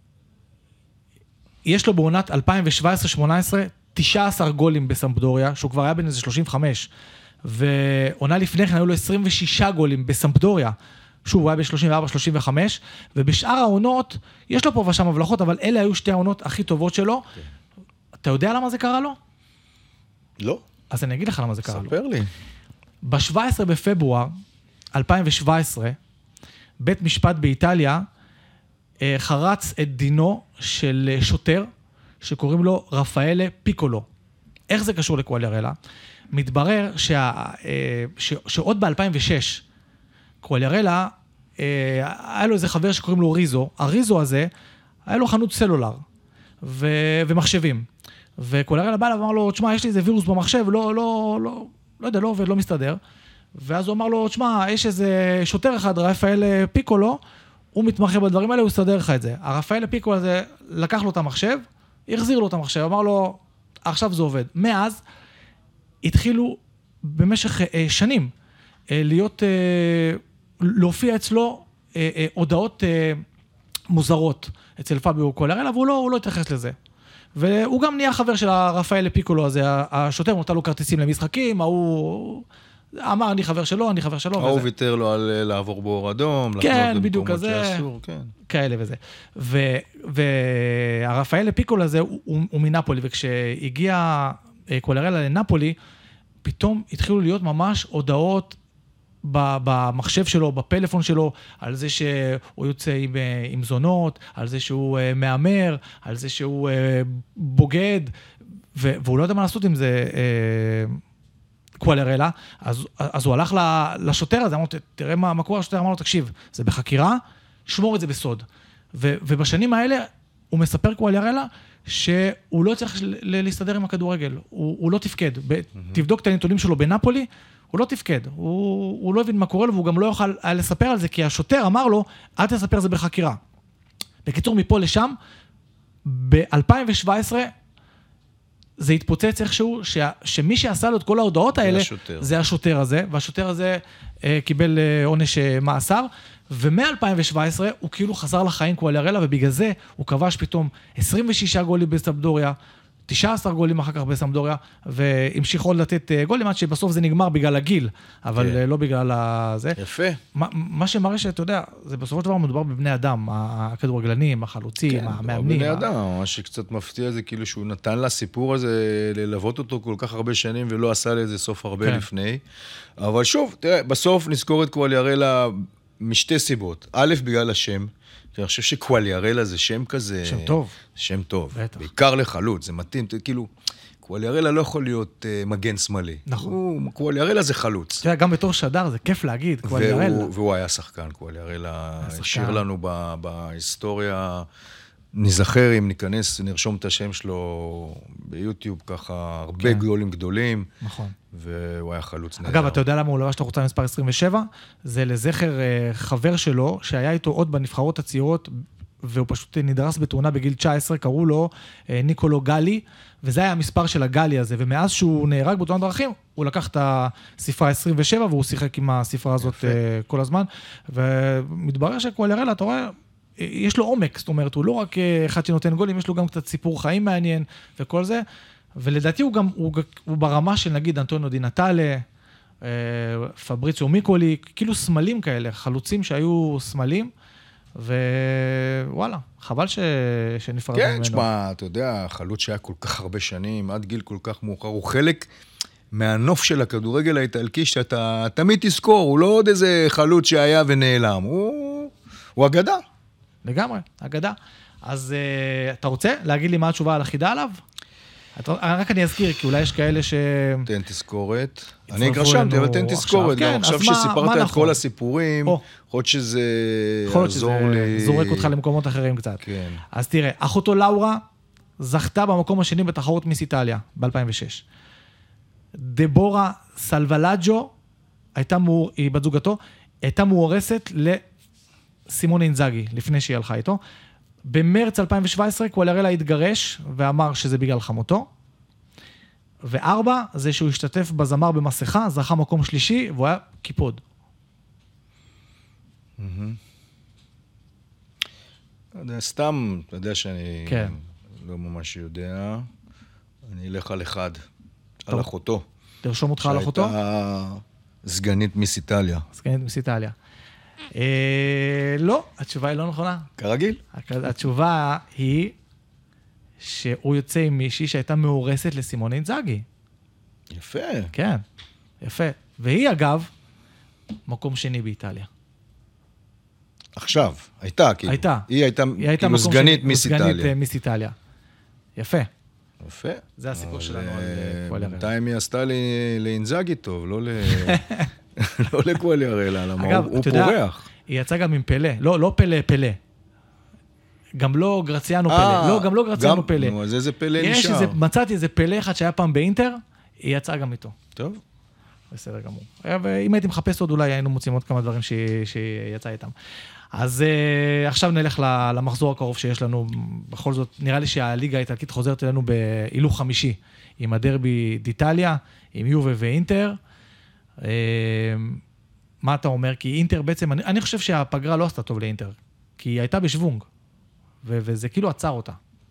יש לו בעונת אלפיים שבע עשרה שמונה עשרה, תשעה עשר גולים בסמפדוריה, שהוא כבר היה בין איזה שלושים וחמש, ועונה לפני כן היו לו עשרים ושישה גולים בסמפדוריה, שוב, הוא היה ב-שלושים וארבע שלושים וחמש, ובשאר העונות, יש לו פה ושם הבלחות, אבל אלה היו שתי העונות הכי טובות שלו. Okay. אתה יודע למה זה קרה לו? לא. אז אני אגיד לך למה זה קרה לו. ספר לי. ב-שבעה עשר בפברואר, אלפיים שבע עשרה, בית משפט באיטליה חרץ את דינו של שוטר, שקוראים לו רפאלה פיקולו. איך זה קשור לקואליארלה? מתברר שה, ש, שעוד ב-אלפיים ושש, קואליארלה, היה לו איזה חבר שקוראים לו ריזו. הריזו הזה, היה לו חנות סלולר ו, ומחשבים. וקואליארלה בא אליו ואמר לו, תשמע, יש לי איזה וירוס במחשב, לא, לא, לא, לא יודע, לא עובד, לא מסתדר. ואז הוא אמר לו, תשמע, יש איזה שוטר אחד, רפאל פיקולו, הוא מתמחה בדברים האלה, הוא יסתדר לך את זה. הרפאל פיקולו הזה לקח לו את המחשב, החזיר לו את המחשב, אמר לו, עכשיו זה עובד. מאז התחילו במשך אה, שנים אה, להיות, אה, להופיע אצלו אה, אה, הודעות אה, מוזרות אצל פאביו קואליארלה, והוא לא, הוא לא התייחס לזה. והוא גם נהיה חבר של הרפאל פיקולו הזה, השוטר נותן לו כרטיסים למשחקים, הוא אמר, אני חבר שלו, אני חבר שלו. הוא ויתר לו על לעבור באור אדום, כן, בדיוק כזה, כאלה וזה. והרפאל פיקולו הזה הוא מנפולי, וכשהגיע קואליארלה לנפולי, פתאום התחילו להיות ממש הודעות במחשב שלו, בפלאפון שלו, על זה שהוא יוצא עם, עם זונות, על זה שהוא מאמר, על זה שהוא בוגד, והוא לא יודע מה לעשות עם זה קואליארלה, אז, אז הוא הלך לשוטר הזה, אמר, תראה מה, מה קורה, השוטר אמר לו, תקשיב, זה בחקירה, שמור את זה בסוד. ו, ובשנים האלה הוא מספר קואליארלה, שהוא לא צריך להסתדר עם הכדורגל, הוא, הוא לא תפקד. תבדוק את הנתונים שלו בנפולי, הוא לא תפקד, הוא, הוא לא הבין מה קורה לו, והוא גם לא יוכל לספר על זה, כי השוטר אמר לו, אל תספר זה בחקירה. בקיצור, מפה לשם, ב-אלפיים שבע עשרה, זה התפוצץ איכשהו, ש... שמי שעשה לו את כל ההודעות האלה, השוטר. זה השוטר הזה, והשוטר הזה אה, קיבל אה, עונש אה, מאסר, ומ-אלפיים שבע עשרה הוא כאילו חזר לחיים קואליארלה, ובגלל זה הוא כבש פתאום עשרים ושישה גולים בסמפדוריה, תשעה עשר גולים אחר כך בסמפדוריה, והמשיך עוד לתת גולים, עד שבסוף זה נגמר בגלל הגיל, אבל כן. לא בגלל זה. יפה. מה, מה שמראה שאתה יודע, זה בסופו של דבר מדובר בבני אדם, הכדורגלנים, החלוצים, כן, המאמנים. בני אדם, מה שקצת מפתיע זה כאילו שהוא נתן לסיפור הזה, ללוות אותו כל כך הרבה שנים, ולא עשה לזה סוף הרבה כן. לפני. אבל שוב, תראה, בסוף נזכור את קואליארלה, משתי סיבות. א', בגלל השם, כי אני חושב שקואליארלה זה שם כזה... שם טוב. שם טוב. בטח. בעיקר לחלוץ, זה מתאים, כאילו, קואליארלה לא יכול להיות uh, מגן שמאלי. נכון. קואליארלה זה חלוץ. אתה יודע, גם בתור שדר, זה כיף להגיד, קואליארלה. והוא, והוא היה שחקן, קואליארלה השאיר לנו ב, בהיסטוריה, נזכר אם ניכנס, נרשום את השם שלו ביוטיוב, ככה הרבה כן. גדולים גדולים. נכון. והוא היה חלוץ נהדר. אגב, אתה יודע למה הוא לבש את החולצה מספר עשרים ושבע? זה לזכר חבר שלו, שהיה איתו עוד בנבחרות הצעירות, והוא פשוט נדרס בתאונה בגיל תשע עשרה, קראו לו ניקולו גלי, וזה היה המספר של הגלי הזה, ומאז שהוא נהרג בתאונת דרכים, הוא לקח את הספרה עשרים ושבע, והוא שיחק עם הספרה הזאת יפה. כל הזמן, ומתברר שקואליארלה, אתה רואה, יש לו עומק, זאת אומרת, הוא לא רק אחד שנותן גולים, יש לו גם קצת סיפור חיים מעניין, וכל זה, ולדעתי הוא גם, הוא, הוא ברמה של נגיד אנטוניו די נטאלה, פבריציו מיקולי, כאילו סמלים כאלה, חלוצים שהיו סמלים, ווואלה, חבל ש... שנפרדנו ממנו. כן, שמה, אתה יודע, חלוץ שהיה כל כך הרבה שנים, עד גיל כל כך מאוחר, הוא חלק מהנוף של הכדורגל האיטלקי, שאתה תמיד תזכור, הוא לא עוד איזה חלוץ שהיה ונעלם, הוא, הוא אגדה. לגמרי, אגדה. אז uh, אתה רוצה להגיד לי מה התשובה על החידה עליו? רק אני אזכיר, כי אולי יש כאלה ש... תן תזכורת. אני רשמתי, אבל תן תזכורת. גם עכשיו שסיפרת את כל הסיפורים, יכול שזה יעזור לי... זורק אותך למקומות אחרים קצת. אז תראה, אחותו לאורה זכתה במקום השני בתחרות מיס איטליה, ב-אלפיים ושש. דבורה סלבלג'ו, היא בת זוגתו, הייתה מאורסת לסימונה אינזאגי, לפני שהיא הלכה איתו. במרץ אלפיים שבע עשרה קואליארלה התגרש ואמר שזה בגלל חמותו. וארבע, זה שהוא השתתף בזמר במסכה, זכה מקום שלישי, והוא היה קיפוד. סתם, אתה יודע שאני לא ממש יודע. אני אלך על אחד, על אחותו. תרשום אותך על אחותו? שהייתה סגנית מיס איטליה. סגנית מיס איטליה. לא, התשובה היא לא נכונה. כרגיל. התשובה היא שהוא יוצא עם מישהי שהייתה מאורסת לסימונה אינזאגי. יפה. כן, יפה. והיא אגב, מקום שני באיטליה. עכשיו, הייתה כאילו. הייתה. היא הייתה כאילו סגנית מיס איטליה. סגנית מיס איטליה. יפה. יפה. זה הסיפור שלנו על קואליארלה. בינתיים היא עשתה לי לאינזאגי טוב, לא ל... לא לקואליארלה, למה הוא פורח. היא יצאה גם עם פלא, לא, לא פלא, פלא. גם לא גרציאנו פלא. לא, גם לא גרציאנו פלא. נו, אז איזה פלא נשאר? מצאתי איזה פלא אחד שהיה פעם באינטר, היא יצאה גם איתו. טוב. בסדר גמור. ואם הייתי מחפש עוד, אולי היינו מוצאים עוד כמה דברים שהיא יצאה איתם. אז עכשיו נלך למחזור הקרוב שיש לנו. בכל זאת, נראה לי שהליגה האיטלקית חוזרת אלינו בהילוך חמישי, עם הדרבי דיטליה, עם יובה ואינטר. מה אתה אומר? כי אינטר בעצם, אני, אני חושב שהפגרה לא עשתה טוב לאינטר, כי היא הייתה בשוונג, ו- וזה כאילו עצר אותה.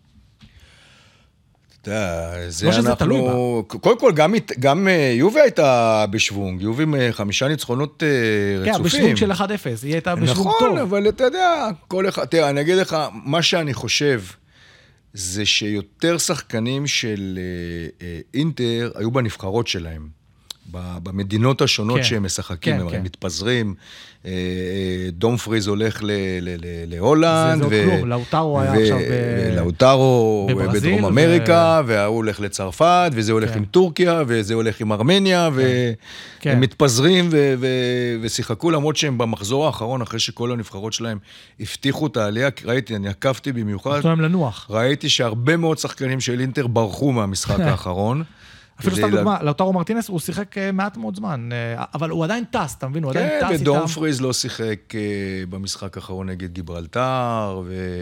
אתה יודע, זה לא שזה תלוי בה. קודם כל, גם, גם יובה הייתה בשוונג, יובה עם חמישה ניצחונות רצופים. כן, בשוונג של אחד אפס, היא הייתה בשוונג נכון, טוב. נכון, אבל אתה יודע, כל אחד, תראה, אני אגיד לך, מה שאני חושב, זה שיותר שחקנים של אינטר היו בנבחרות שלהם. במדינות השונות כן, שהם משחקים, כן, הם כן. מתפזרים, דומפריז הולך להולנד, זה, זה כלום, לאוטרו היה עכשיו לאוטרו בדרום אמריקה, ו... והוא הולך לצרפת, וזה הולך כן. עם טורקיה, וזה הולך עם ארמניה, כן. והם כן. מתפזרים ו... ו... ושיחקו, למרות שהם במחזור האחרון, אחרי שכל הנבחרות שלהם הבטיחו את העלייה, ראיתי, אני עקבתי במיוחד, ראיתי שהרבה מאוד שחקנים של אינטר ברחו מהמשחק האחרון, אפילו סתם דוגמה, לאוטרו מרטינס הוא שיחק מעט מאוד זמן, אבל הוא עדיין טס, אתה מבין? הוא עדיין טס איתם. כן, ודומפריז לא שיחק במשחק האחרון נגד גיברלטר,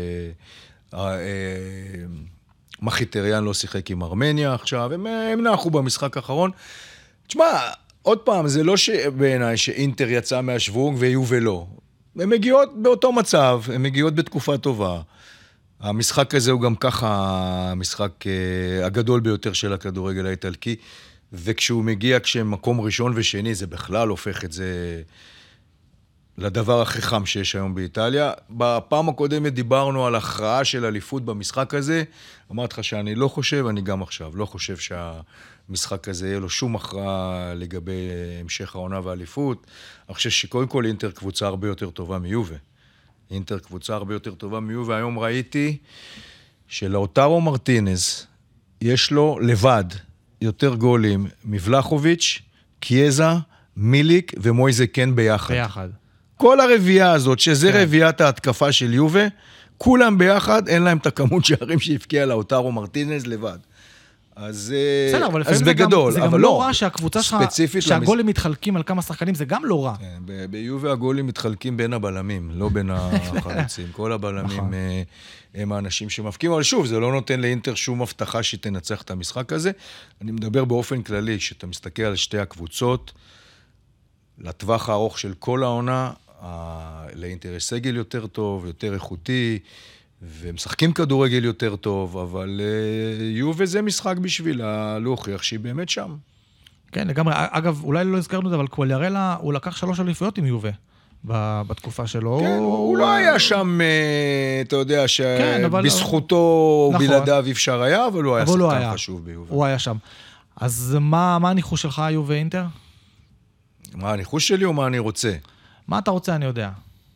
ומחיטריאן לא שיחק עם ארמניה עכשיו, הם נחו במשחק האחרון. תשמע, עוד פעם, זה לא בעיניי שאינטר יצא מהשוונג ויהיו ולא. הן מגיעות באותו מצב, הן מגיעות בתקופה טובה. המשחק הזה הוא גם ככה המשחק הגדול ביותר של הכדורגל האיטלקי, וכשהוא מגיע כשמקום ראשון ושני, זה בכלל הופך את זה לדבר הכי חם שיש היום באיטליה. בפעם הקודמת דיברנו על הכרעה של אליפות במשחק הזה. אמרתי לך שאני לא חושב, אני גם עכשיו לא חושב שהמשחק הזה יהיה לו שום הכרעה לגבי המשך העונה והאליפות. אני חושב שקודם כל אינטר קבוצה הרבה יותר טובה מיובה. אינטר קבוצה הרבה יותר טובה מיובה. היום ראיתי שלאוטרו מרטינז יש לו לבד יותר גולים מבלחוביץ', קיאזה, מיליק ומויזה קן ביחד. ביחד. כל הרביעה הזאת, שזה כן. רביעת ההתקפה של יובה, כולם ביחד, אין להם את הכמות שערים שהפקיע לאוטרו מרטינז לבד. אז, בסדר, אבל אז בגדול, זה גם, זה אבל גם לא, לא רע שהקבוצה שלך, שהגולים למס... מתחלקים על כמה שחקנים, זה גם לא רע. כן, ב- ביובה הגולים מתחלקים בין הבלמים, לא בין החלוצים. כל הבלמים הם האנשים שמפקיעים, אבל שוב, זה לא נותן לאינטר שום הבטחה שתנצח את המשחק הזה. אני מדבר באופן כללי, כשאתה מסתכל על שתי הקבוצות, לטווח הארוך של כל העונה, לאינטר יש סגל יותר טוב, יותר איכותי, ומשחקים כדורגל יותר טוב, אבל יובה זה משחק בשביל להוכיח שהיא באמת שם. כן, לגמרי. אגב, אולי לא הזכרנו את זה, אבל קואליארלה, הוא לקח שלוש אליפויות עם יובה בתקופה שלו. כן, הוא לא היה שם, אתה יודע, שבזכותו בלעדיו אפשר היה, אבל הוא היה שחקן חשוב ביובה. הוא היה שם. אז מה הניחוש שלך, יובה אינטר? מה הניחוש שלי או מה אני רוצה? מה אתה רוצה, אני יודע.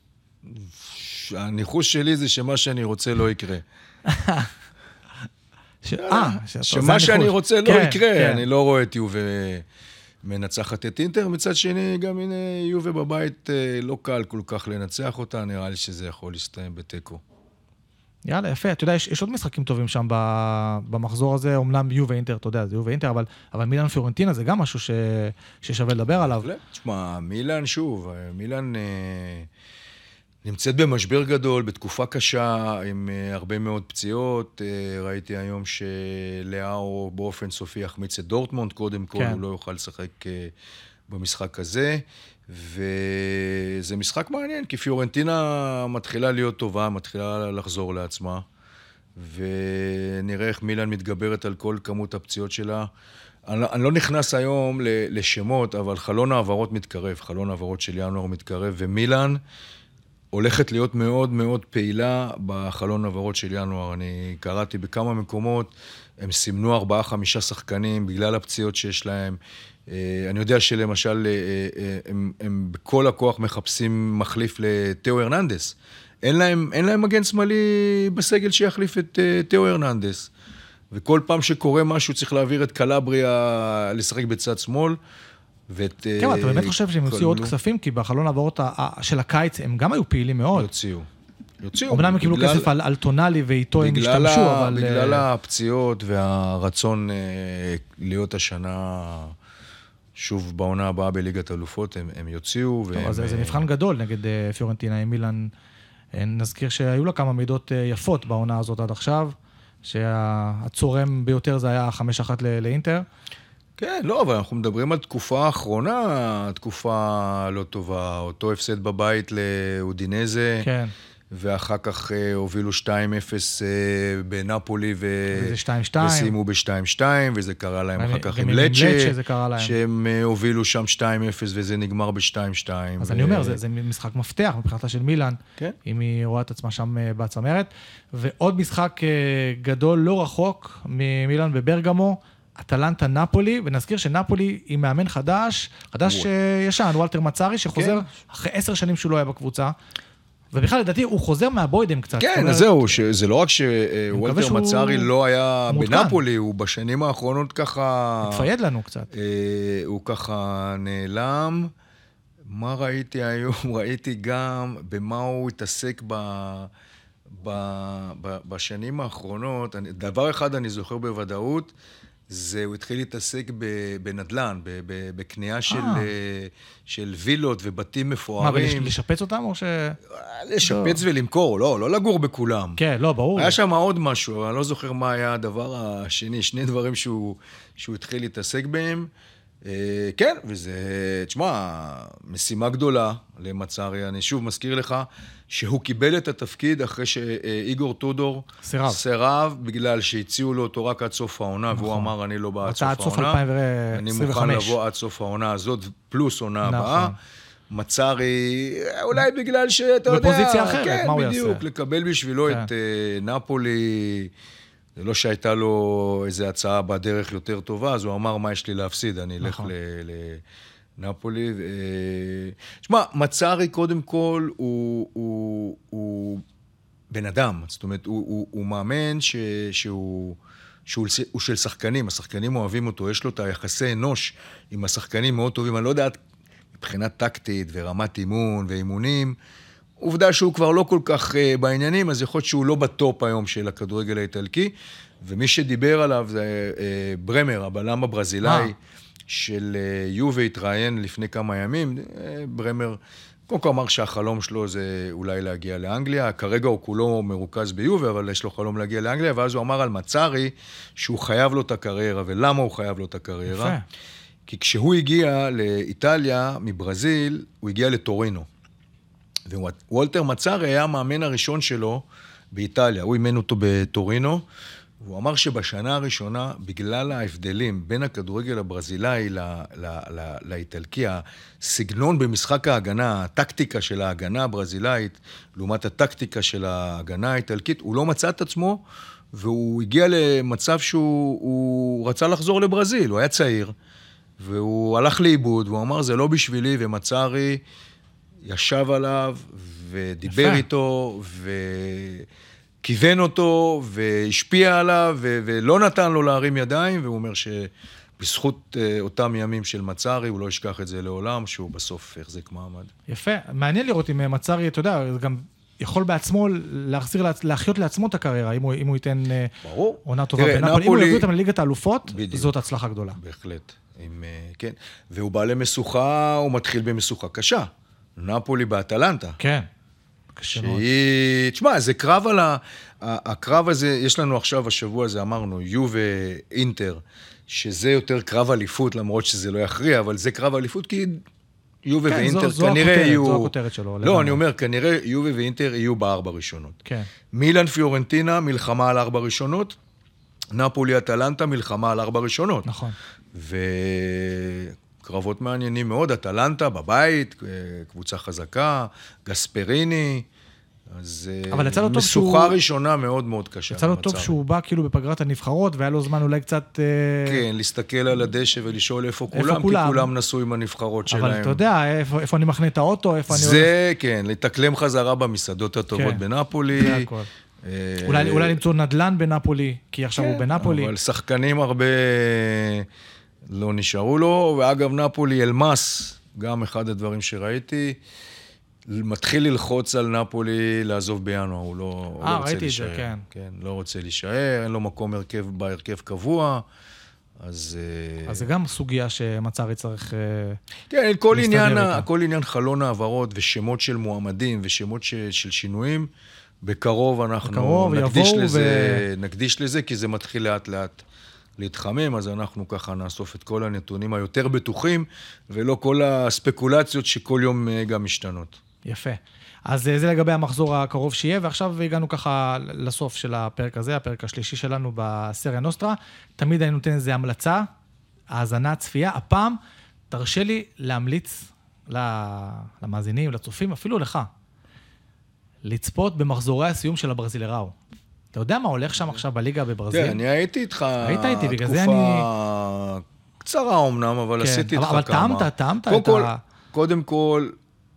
הניחוש שלי זה שמה שאני רוצה לא יקרה. שמה שאני רוצה לא יקרה. אני לא רואה את יובה מנצחת את אינטר. מצד שני, גם הנה יובה בבית לא קל כל כך לנצח אותה. נראה לי שזה יכול להסתיים בטקו. יאללה, יפה. אתה יודע, יש, יש עוד משחקים טובים שם במחזור הזה, אומנם יובה אינטר, אתה יודע, זה יובה אינטר, אבל, אבל מילאן פיורנטינה זה גם משהו ש, ששווה לדבר עליו. תשמע, מילאן שוב, מילאן אה, נמצאת במשבר גדול, בתקופה קשה, עם אה, הרבה מאוד פציעות. אה, ראיתי היום שלאו באופן סופי יחמיץ את דורטמונד, קודם כל כן. הוא לא יוכל לשחק אה, במשחק הזה. וזה משחק מעניין, כי פיורנטינה מתחילה להיות טובה, מתחילה לחזור לעצמה, ונראה איך מילאן מתגברת על כל כמות הפציעות שלה. אני, אני לא נכנס היום לשמות, אבל חלון העברות מתקרב, חלון העברות של ינואר מתקרב, ומילאן הולכת להיות מאוד מאוד פעילה בחלון העברות של ינואר. אני קראתי בכמה מקומות, הם סימנו ארבעה חמישה שחקנים בגלל הפציעות שיש להם. אני יודע שלמשל הם, הם בכל הכוח מחפשים מחליף לתאו הרננדס. אין להם, אין להם מגן שמאלי בסגל שיחליף את תאו הרננדס. וכל פעם שקורה משהו צריך להעביר את קלבריה לשחק בצד שמאל. ואת... כן, אתה באמת חושב שהם יוציאו עוד כספים, כי בחלון העברות של הקיץ הם גם היו פעילים מאוד. יוציאו. יוציאו. אומנם הם קיבלו כסף על, על טונאלי ואיתו הם השתמשו, אבל... בגלל הפציעות והרצון להיות השנה... שוב, בעונה הבאה בליגת אלופות, הם, הם יוציאו. טוב, אז זה מבחן גדול נגד פיורנטינה עם מילאן. נזכיר שהיו לה כמה מידות יפות בעונה הזאת עד עכשיו, שהצורם ביותר זה היה חמש אחת לאינטר. כן, לא, אבל אנחנו מדברים על תקופה האחרונה, תקופה לא טובה, אותו הפסד בבית לאודינזה. כן. ואחר כך הובילו שתיים אפס בנפולי וסיימו ב-שתיים שתיים, וזה קרה להם אחר כך עם לצ'ה, שהם הובילו שם שתיים אפס וזה נגמר ב-שתיים שתיים. אז אני אומר, זה משחק מפתח מבחינתה של מילאן, אם היא רואה את עצמה שם בצמרת. ועוד משחק גדול לא רחוק ממילאן בברגמו, אטלנטה נפולי, ונזכיר שנפולי היא מאמן חדש, חדש ישן, וולטר מצארי, שחוזר אחרי עשר שנים שהוא לא היה בקבוצה, ובכלל, לדעתי, הוא חוזר מהבוידם קצת. כן, אז זהו, זה לא רק שוולטר מצארי לא היה בנפולי, הוא בשנים האחרונות ככה... התפייד לנו קצת. הוא ככה נעלם. מה ראיתי היום? ראיתי גם במה הוא התעסק בשנים האחרונות. דבר אחד אני זוכר בוודאות, זה, הוא התחיל להתעסק בנדלן, בקנייה של, של וילות ובתים מפוארים. מה, לשפץ אותם או ש... לשפץ ולמכור, לא, לא לגור בכולם. כן, לא, ברור. היה שם עוד משהו, אני לא זוכר מה היה הדבר השני, שני דברים שהוא, שהוא התחיל להתעסק בהם. כן, וזה, תשמע, משימה גדולה למצארי. אני שוב מזכיר לך שהוא קיבל את התפקיד אחרי שאיגור טודור סירב, סירב בגלל שהציעו לו אותו רק עד סוף העונה, נכון. והוא אמר, אני לא בא עד סוף העונה. אלפיים ועשרים וחמש. אני מוכן לבוא עד סוף העונה הזאת, פלוס עונה נכון. הבאה. מצרי, אולי בגלל שאתה יודע... בפוזיציה אחרת, כן, מה הוא בדיוק, יעשה? לקבל בשבילו כן. את uh, נפולי, זה לא שהייתה לו איזו הצעה בדרך יותר טובה, אז הוא אמר, מה יש לי להפסיד? אני אלך נכון. לנפולי. תשמע, מצרי קודם כל הוא, הוא, הוא בן אדם, זאת אומרת, הוא, הוא, הוא מאמן ש, שהוא... שהוא הוא של שחקנים, השחקנים אוהבים אותו, יש לו את היחסי אנוש עם השחקנים מאוד טובים, אני לא יודעת, מבחינה טקטית ורמת אימון ואימונים, עובדה שהוא כבר לא כל כך uh, בעניינים, אז יכול להיות שהוא לא בטופ היום של הכדורגל האיטלקי, ומי שדיבר עליו זה uh, ברמר, הבלם הברזילאי, של uh, יובה התראיין לפני כמה ימים, uh, ברמר, קודם כל אמר שהחלום שלו זה אולי להגיע לאנגליה, כרגע הוא כולו מרוכז ביובה, אבל יש לו חלום להגיע לאנגליה, ואז הוא אמר על מצרי שהוא חייב לו את הקריירה, ולמה הוא חייב לו את הקריירה? יפה. כי כשהוא הגיע לאיטליה, מברזיל, הוא הגיע לטורינו. ווולטר מצרי היה המאמן הראשון שלו באיטליה, הוא אימן אותו בטורינו, והוא אמר שבשנה הראשונה, בגלל ההבדלים בין הכדורגל הברזילאי לאיטלקי, הסגנון במשחק ההגנה, הטקטיקה של ההגנה הברזילאית, לעומת הטקטיקה של ההגנה האיטלקית, הוא לא מצא את עצמו, והוא הגיע למצב שהוא רצה לחזור לברזיל, הוא היה צעיר, והוא הלך לאיבוד, והוא אמר, זה לא בשבילי, ומצרי ישב עליו, ודיבר יפה. איתו, ו... כיוון אותו והשפיע עליו ו- ולא נתן לו להרים ידיים, והוא אומר שבזכות uh, אותם ימים של מצרי, הוא לא ישכח את זה לעולם, שהוא בסוף החזיק מעמד. יפה, מעניין לראות אם מצרי, אתה יודע, גם יכול בעצמו להחזיר, להחיות לעצמו את הקריירה, אם הוא, אם הוא ייתן ברור. עונה טובה בנפולי. נפולי... אם הוא יביא אותם לליגת האלופות, בדיוק. זאת הצלחה גדולה. בהחלט, עם, כן. והוא בא למשוכה, הוא מתחיל במשוכה קשה. נפולי באטלנטה. כן. שהיא, תשמע, זה קרב על ה... הקרב הזה, יש לנו עכשיו, השבוע הזה אמרנו, יובה אינטר, שזה יותר קרב אליפות, למרות שזה לא יכריע, אבל זה קרב אליפות, כי יובה כן, ואינטר זו, כנראה זו הכותרת, יהיו... זו הכותרת שלו. לא, אני אומר, כנראה יובה ואינטר יהיו בארבע ראשונות. כן. מילאן פיורנטינה, מלחמה על ארבע ראשונות, נפולי אטלנטה, מלחמה על ארבע ראשונות. נכון. ו... קרבות מעניינים מאוד, אטלנטה בבית, קבוצה חזקה, גספריני, אז משוכה ראשונה מאוד מאוד קשה. יצא לו טוב שהוא בא כאילו בפגרת הנבחרות, והיה לו זמן אולי קצת... כן, להסתכל על הדשא ולשאול איפה כולם, כי כולם נסו עם הנבחרות שלהם. אבל אתה יודע, איפה אני מכנה את האוטו, איפה אני הולך... זה, כן, לתקלם חזרה במסעדות הטובות בנפולי. זה הכל. אולי למצוא נדל"ן בנפולי, כי עכשיו הוא בנפולי. אבל שחקנים הרבה... לא נשארו לו, ואגב נפולי אלמאס, גם אחד הדברים שראיתי, מתחיל ללחוץ על נפולי לעזוב בינואר, הוא לא, 아, לא רוצה להישאר. זה, כן. כן, לא רוצה להישאר, אין לו מקום הרכב, בהרכב קבוע, אז... אז זה גם סוגיה שמצרי צריך כן, כל עניין, כל עניין חלון העברות ושמות של מועמדים ושמות של, של שינויים, בקרוב אנחנו בקרוב נקדיש לזה, ו... נקדיש לזה, כי זה מתחיל לאט לאט. להתחמם, אז אנחנו ככה נאסוף את כל הנתונים היותר בטוחים, ולא כל הספקולציות שכל יום גם משתנות. יפה. אז זה לגבי המחזור הקרוב שיהיה, ועכשיו הגענו ככה לסוף של הפרק הזה, הפרק השלישי שלנו בסריה נוסטרה. תמיד אני נותן איזו המלצה, האזנה, צפייה. הפעם תרשה לי להמליץ למאזינים, לצופים, אפילו לך, לצפות במחזורי הסיום של הברזילראו. אתה יודע מה הולך שם עכשיו בליגה בברזיל? כן, אני הייתי איתך... היית איתי, בגלל זה אני... תקופה קצרה אמנם, אבל עשיתי איתך כמה. אבל טעמת, טעמת את ה... קודם כל,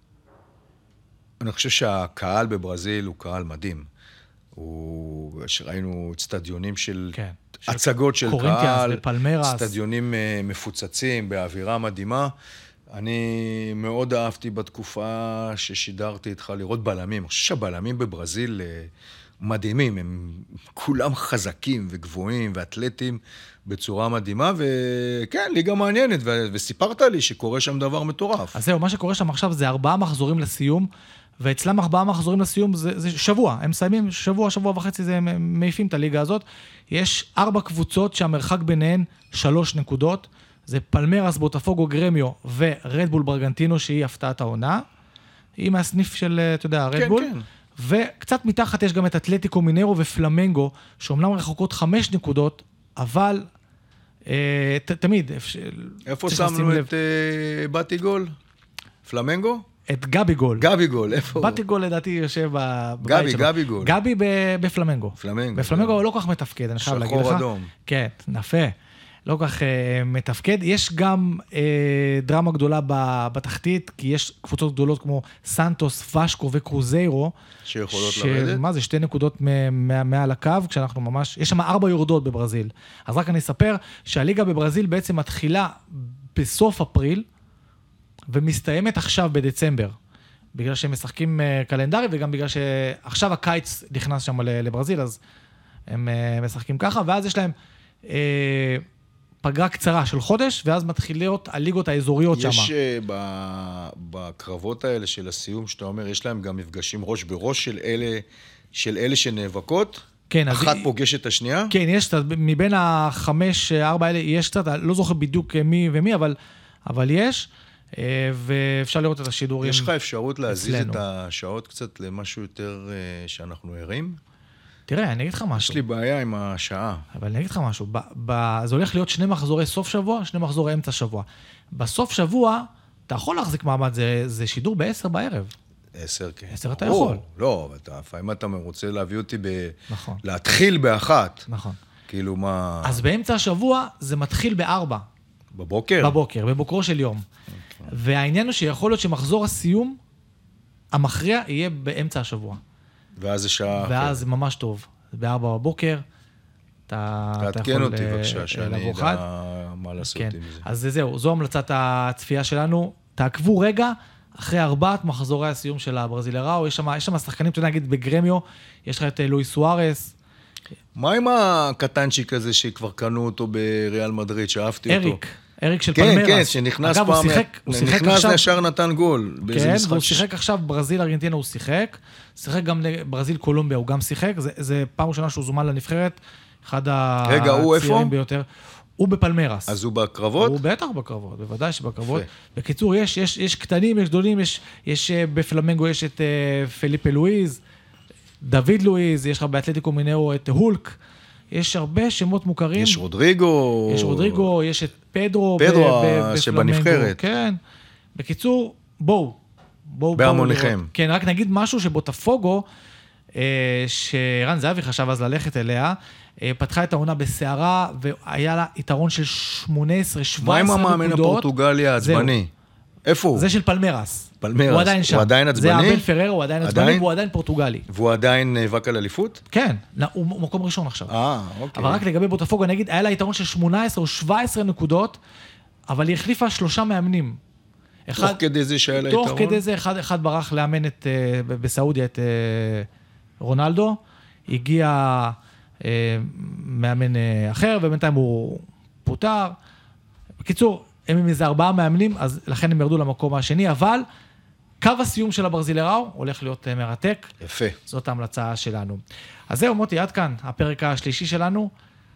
אני חושב שהקהל בברזיל הוא קהל מדהים. הוא... שראינו אצטדיונים של הצגות של קהל, אצטדיונים מפוצצים, באווירה מדהימה. אני מאוד אהבתי בתקופה ששידרתי איתך לראות בלמים. אני חושב שהבלמים בברזיל... מדהימים, הם כולם חזקים וגבוהים ואתלטים בצורה מדהימה, וכן, ליגה מעניינת, ו- וסיפרת לי שקורה שם דבר מטורף. אז זהו, מה שקורה שם עכשיו זה ארבעה מחזורים לסיום, ואצלם ארבעה מחזורים לסיום זה, זה שבוע, הם מסיימים שבוע, שבוע וחצי, זה, הם מעיפים את הליגה הזאת. יש ארבע קבוצות שהמרחק ביניהן שלוש נקודות, זה פלמרס, בוטפוגו, גרמיו ורדבול ברגנטינו, שהיא הפתעת העונה, היא מהסניף של, אתה יודע, רדבול. כן, כן. וקצת מתחת יש גם את אתלטיקו מינרו ופלמנגו, שאומנם רחוקות חמש נקודות, אבל אה, ת, תמיד... איפה שמנו את אה, בתי גול? פלמנגו? את גבי גול. גבי גול, איפה הוא? באתי גול לדעתי יושב בבית גבי, שלו. גבי גול. גבי בפלמנגו. פלמנגו. בפלמנגו הוא לא כל כך מתפקד, אני חייב להגיד לך. שחור אדום. כן, נפה. לא כל כך uh, מתפקד. יש גם uh, דרמה גדולה בתחתית, כי יש קבוצות גדולות כמו סנטוס, פשקו וקרוזיירו. שיכולות ש... לרדת? מה זה, שתי נקודות מעל הקו, כשאנחנו ממש... יש שם ארבע יורדות בברזיל. אז רק אני אספר שהליגה בברזיל בעצם מתחילה בסוף אפריל, ומסתיימת עכשיו בדצמבר. בגלל שהם משחקים uh, קלנדרי, וגם בגלל שעכשיו הקיץ נכנס שם לברזיל, אז הם uh, משחקים ככה, ואז יש להם... Uh, פגרה קצרה של חודש, ואז מתחילות הליגות האזוריות שם. יש בקרבות האלה של הסיום, שאתה אומר, יש להם גם מפגשים ראש בראש של אלה, של אלה שנאבקות? כן, אחת אז... פוגשת את השנייה? כן, יש קצת, מבין החמש, ארבע האלה, יש קצת, לא זוכר בדיוק מי ומי, אבל, אבל יש, ואפשר לראות את השידורים. יש לך אפשרות להזיז אצלנו. את השעות קצת למשהו יותר שאנחנו ערים? תראה, אני אגיד לך משהו. יש לי בעיה עם השעה. אבל אני אגיד לך משהו, ב- ב- זה הולך להיות שני מחזורי סוף שבוע, שני מחזורי אמצע שבוע. בסוף שבוע, אתה יכול להחזיק מעמד, זה, זה שידור בעשר בערב. עשר, כן. עשר אתה או, יכול. לא, אתה, לפעמים אתה רוצה להביא אותי ב... נכון. להתחיל באחת. נכון. כאילו מה... אז באמצע השבוע זה מתחיל בארבע. בבוקר? בבוקר, בבוקרו של יום. Okay. והעניין הוא שיכול להיות שמחזור הסיום, המכריע יהיה באמצע השבוע. ואז זה שעה... ואז זה ממש טוב. בארבע בבוקר, אתה, אתה יכול... תעדכן אותי בבקשה, שאני לבוא חד. אדע מה לעשות כן. עם זה. אז זהו, זו המלצת הצפייה שלנו. תעקבו רגע, אחרי ארבעת מחזורי הסיום של הברזילראו, יש שם, יש שם שחקנים, אתה יודע, נגיד בגרמיו, יש לך את לואי סוארס. מה עם הקטנצ'יק הזה שכבר קנו אותו בריאל מדריד, שאהבתי אותו? אריק, אריק של כן, פלמרס. כן, שנכנס אגב, פעם... הוא שיחק, הוא שיחק נכנס עכשיו... ישר נתן גול. כן, והוא שיחק עכשיו ברזיל, ארגנטינה הוא שיחק. שיחק גם ברזיל, קולומביה, הוא גם שיחק. זה, זה פעם ראשונה שהוא זומן לנבחרת. אחד רגע, הוא הצעירים ביותר. הוא בפלמרס. אז הוא בקרבות? הוא בטח בקרבות, בוודאי שבקרבות. בקיצור, יש, יש, יש קטנים, יש גדולים, יש, יש בפלמנגו יש את uh, פליפה לואיז, דוד לואיז, יש לך באתלטיקו מינאו את הולק, יש הרבה שמות מוכרים. יש רודריגו. יש רודריגו, יש את פדרו. פדרו, ב- ב- שבנבחרת. כן. בקיצור, בואו. בואו. בהמוניכם. כן, רק נגיד משהו שבוטפוגו, אה, שרן זהבי חשב אז ללכת אליה, אה, פתחה את העונה בסערה, והיה לה יתרון של שמונה עשרה שבע עשרה נקודות. מה עם המאמן הפורטוגלי העצבני? איפה הוא? זה של פלמרס. פלמרס. הוא עדיין שם. הוא עדיין עצבני? זה אבל פררו, הוא עדיין עצבני, והוא עדיין פורטוגלי. והוא עדיין נאבק על אליפות? כן, הוא מקום ראשון עכשיו. אה, אוקיי. אבל רק לגבי בוטפוגו, אני אגיד, היה לה יתרון של שמונה עשרה או שבע עשרה נקודות, אבל היא החליפה שלושה מאמנים. תוך כדי זה שהיה לה יתרון? תוך כדי זה, אחד, אחד ברח לאמן את, uh, בסעודיה את uh, רונלדו, הגיע uh, מאמן uh, אחר, ובינתיים הוא פוטר. בקיצור, הם עם איזה ארבעה מאמנים, אז לכן הם ירדו למקום השני, אבל קו הסיום של הברזילראו הולך להיות uh, מרתק. יפה. זאת ההמלצה שלנו. אז זהו, מוטי, עד כאן הפרק השלישי שלנו,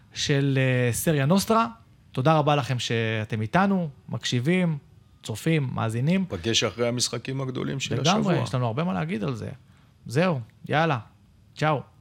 של uh, סריה נוסטרה. תודה רבה לכם שאתם איתנו, מקשיבים, צופים, מאזינים. פגש אחרי המשחקים הגדולים של לגמרי, השבוע. יש לנו הרבה מה להגיד על זה. זהו, יאללה, צ'או.